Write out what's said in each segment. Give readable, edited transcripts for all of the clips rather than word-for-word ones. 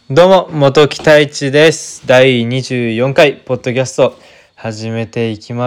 どうも、元木太一です。第24回ポッドキャスト始めていきます。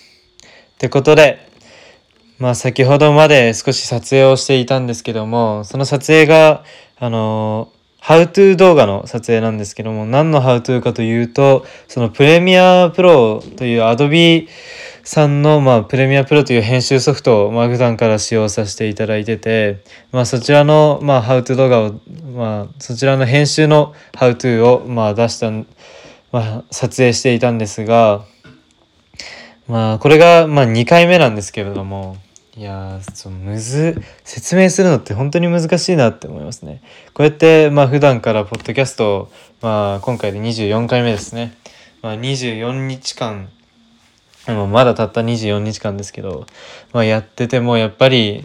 ってことで、先ほどまで少し撮影をしていたんですけども、その撮影がハウトゥー動画の撮影なんですけども、何のハウトゥーかというと、そのプレミアプロというアドビさんのプレミアプロという編集ソフトを普段から使用させていただいてて、そちらのハウトゥー動画をそちらの編集のハウトゥーを出した撮影していたんですが、これが2回目なんですけれども、いや説明するのって本当に難しいなって思いますね。こうやって普段からポッドキャストを今回で24回目ですね。24日間まだたった24日間ですけど、やっててもやっぱり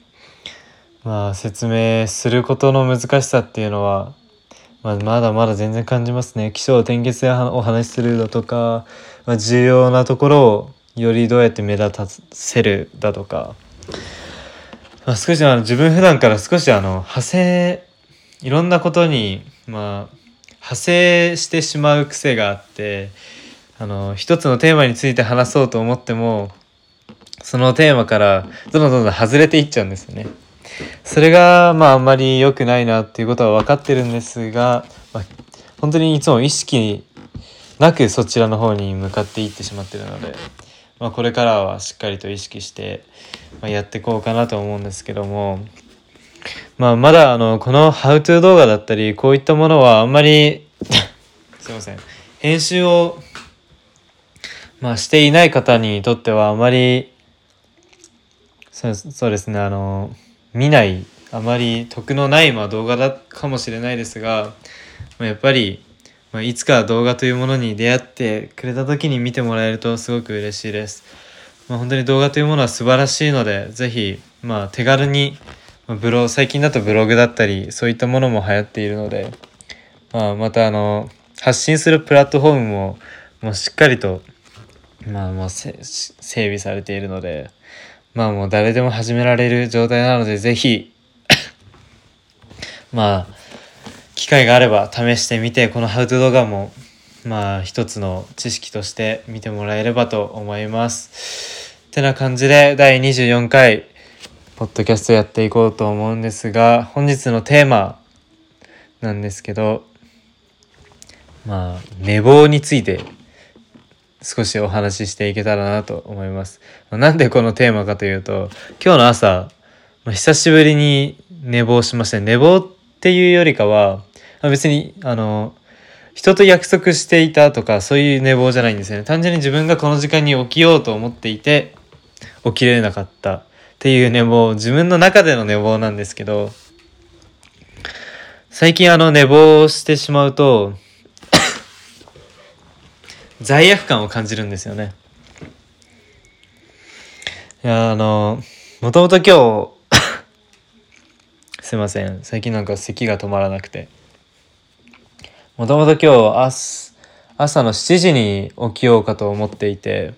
説明することの難しさっていうのはまだまだ全然感じますね。起承転結でお話しするだとか、重要なところをよりどうやって目立たせるだとか、少し自分普段から少しいろんなことに派生してしまう癖があって、一つのテーマについて話そうと思ってもそのテーマからどんどん外れていっちゃうんですよね。それがあんまり良くないなっていうことは分かってるんですが、本当にいつも意識なくそちらの方に向かっていってしまってるので、これからはしっかりと意識してやっていこうかなと思うんですけども、まだこのハウトゥー動画だったりこういったものはあんまりすいません、編集をしていない方にとってはあまりそうですね、見ないあまり得のない動画だかもしれないですが、やっぱりいつか動画というものに出会ってくれた時に見てもらえるとすごく嬉しいです。本当に動画というものは素晴らしいので、ぜひ手軽に最近だとブログだったりそういったものも流行っているので、また発信するプラットフォームもしっかりともう整備されているので、もう誰でも始められる状態なので、ぜひ機会があれば試してみて、このハウトゥー動画も一つの知識として見てもらえればと思います。ってな感じで第24回ポッドキャストやっていこうと思うんですが、本日のテーマなんですけど、寝坊について少しお話ししていけたらなと思います。なんでこのテーマかというと、今日の朝、久しぶりに寝坊しました。寝坊っていうよりかは別に人と約束していたとかそういう寝坊じゃないんですよね。単純に自分がこの時間に起きようと思っていて起きれなかったっていう寝坊、自分の中での寝坊なんですけど、最近寝坊してしまうと罪悪感を感じるんですよね。いやもともと今日すいません、最近咳が止まらなくて、もともと今日朝の7時に起きようかと思っていて、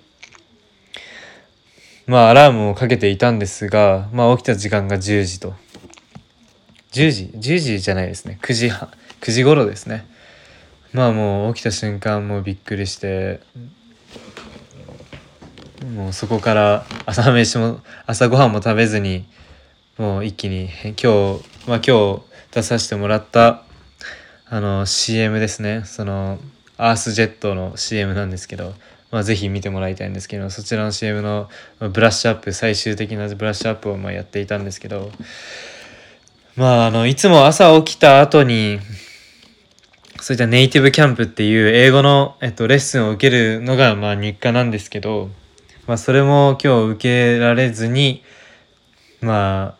アラームをかけていたんですが、起きた時間が10時と10時じゃないですね、9時頃ですね。もう起きた瞬間もうびっくりして、もうそこから朝ごはんも食べずに、もう一気に今日出させてもらったCM ですね、そのアースジェットの CM なんですけど、ぜひ見てもらいたいんですけど、そちらの CM のブラッシュアップ、最終的なブラッシュアップをやっていたんですけど、いつも朝起きた後にそういったネイティブキャンプっていう英語の、レッスンを受けるのが日課なんですけど、それも今日受けられずに、今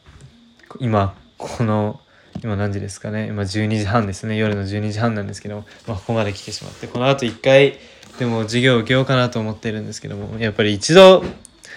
何時ですかね、今12時半ですね、夜の12時半なんですけど、ここまで来てしまって、この後1回でも授業を受けようかなと思っているんですけども、やっぱり一度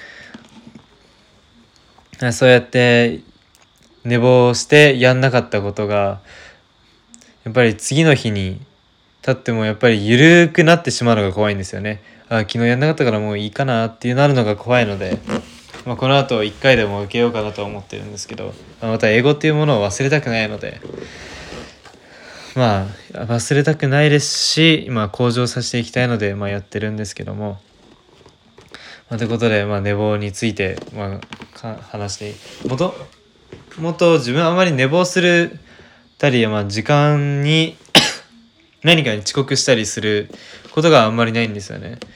そうやって寝坊してやんなかったことがやっぱり次の日に経ってもやっぱり緩くなってしまうのが怖いんですよね。昨日やんなかったからもういいかなっていうなるのが怖いので、この後1回でも受けようかなと思ってるんですけど、また英語っていうものを忘れたくないので、 忘れたくないですし、向上させていきたいので、やってるんですけども、ということで、寝坊について、話してもっと自分あまり寝坊するたり、時間に何かに遅刻したりすることがあんまりないんですよね。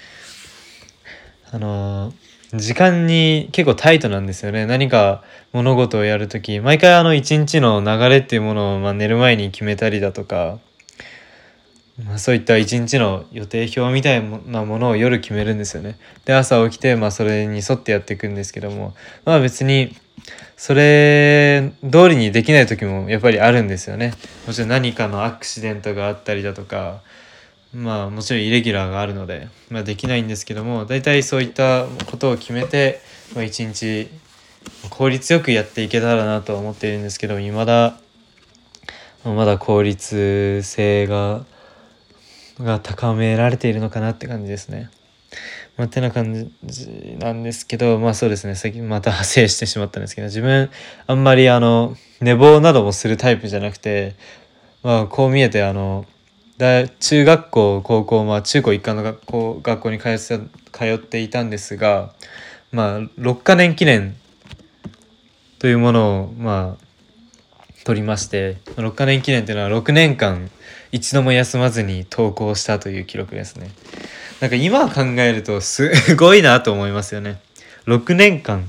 時間に結構タイトなんですよね。何か物事をやるとき、毎回一日の流れっていうものを寝る前に決めたりだとか、そういった一日の予定表みたいなものを夜決めるんですよね。で、朝起きてそれに沿ってやっていくんですけども、別にそれ通りにできない時もやっぱりあるんですよね。もちろん何かのアクシデントがあったりだとか、もちろんイレギュラーがあるので、できないんですけども、だいたいそういったことを決めて、一日効率よくやっていけたらなと思っているんですけど、まだ効率性が高められているのかなって感じですね。ってな感じなんですけど、そうですね、さっきまた派生してしまったんですけど、自分あんまり寝坊などもするタイプじゃなくて、こう見えて中学校高校、中高一貫の学校に通っていたんですが、6カ年記念というものを取りまして、6カ年記念というのは6年間一度も休まずに登校したという記録ですね。なんか今考えるとすごいなと思いますよね。6年間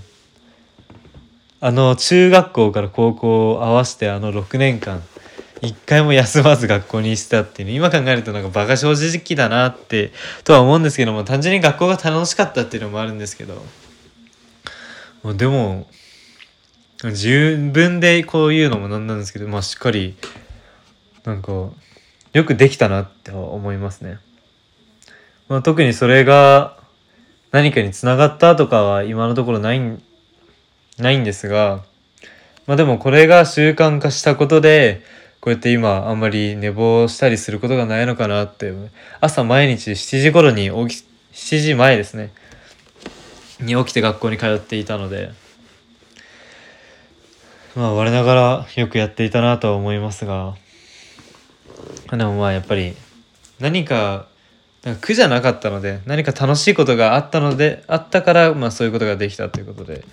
中学校から高校を合わせて6年間一回も休まず学校にしてたっていうの、今考えるとなんか馬鹿正直だなってとは思うんですけども、単純に学校が楽しかったっていうのもあるんですけど、でも自分でこういうのもなんなんですけど、しっかりなんかよくできたなって思いますね。特にそれが何かにつながったとかは今のところないんですが、でもこれが習慣化したことで、こうやって今あんまり寝坊したりすることがないのかなって。朝毎日7時頃に7時前ですねに起きて学校に通っていたので、我ながらよくやっていたなとは思いますが、でもやっぱり何か苦じゃなかったので、何か楽しいことがあったから、そういうことができたということで、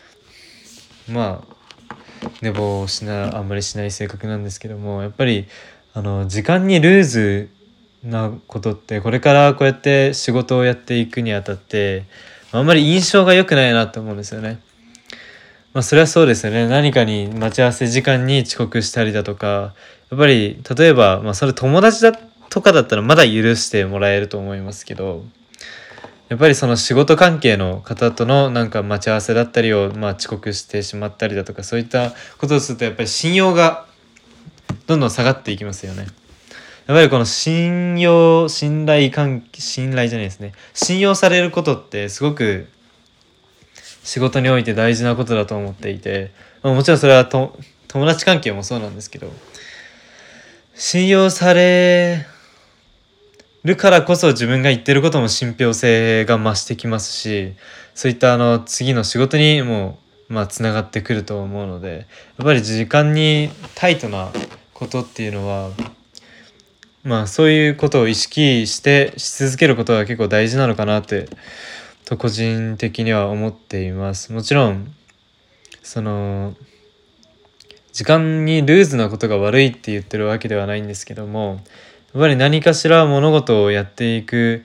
寝坊をあんまりしない性格なんですけども、やっぱり時間にルーズなことってこれからこうやって仕事をやっていくにあたってあんまり印象が良くないなと思うんですよね。それはそうですよね。何かに待ち合わせ時間に遅刻したりだとか、やっぱり例えば、それ友達とかだったらまだ許してもらえると思いますけど、やっぱりその仕事関係の方とのなんか待ち合わせだったりを遅刻してしまったりだとか、そういったことをするとやっぱり信用がどんどん下がっていきますよね。やっぱりこの信頼じゃないですね。信用されることってすごく仕事において大事なことだと思っていて、もちろんそれは友達関係もそうなんですけど、信用されるからこそ自分が言ってることも信憑性が増してきますし、そういった次の仕事にもつながってくると思うので、やっぱり時間にタイトなことっていうのはそういうことを意識し続けることが結構大事なのかなって個人的には思っています。もちろんその時間にルーズなことが悪いって言ってるわけではないんですけども、やっぱり何かしら物事をやっていく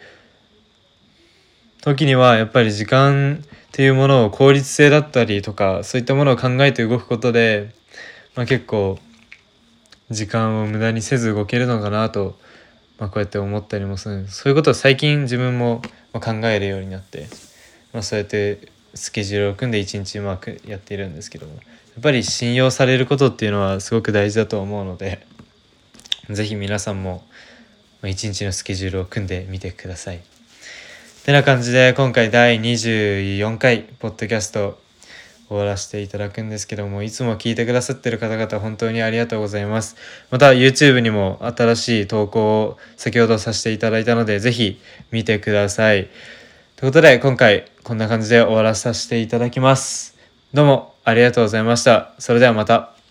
時にはやっぱり時間っていうものを効率性だったりとか、そういったものを考えて動くことで、結構時間を無駄にせず動けるのかなと、こうやって思ったりもする。そういうことを最近自分も考えるようになって、そうやってスケジュールを組んで一日うまくやっているんですけども、やっぱり信用されることっていうのはすごく大事だと思うので、ぜひ皆さんも一日のスケジュールを組んでみてください。てな感じで今回第24回ポッドキャスト終わらせていただくんですけども、いつも聞いてくださってる方々本当にありがとうございます。また YouTube にも新しい投稿を先ほどさせていただいたので、ぜひ見てください。ということで今回こんな感じで終わらさせていただきます。どうもありがとうございました。それではまた。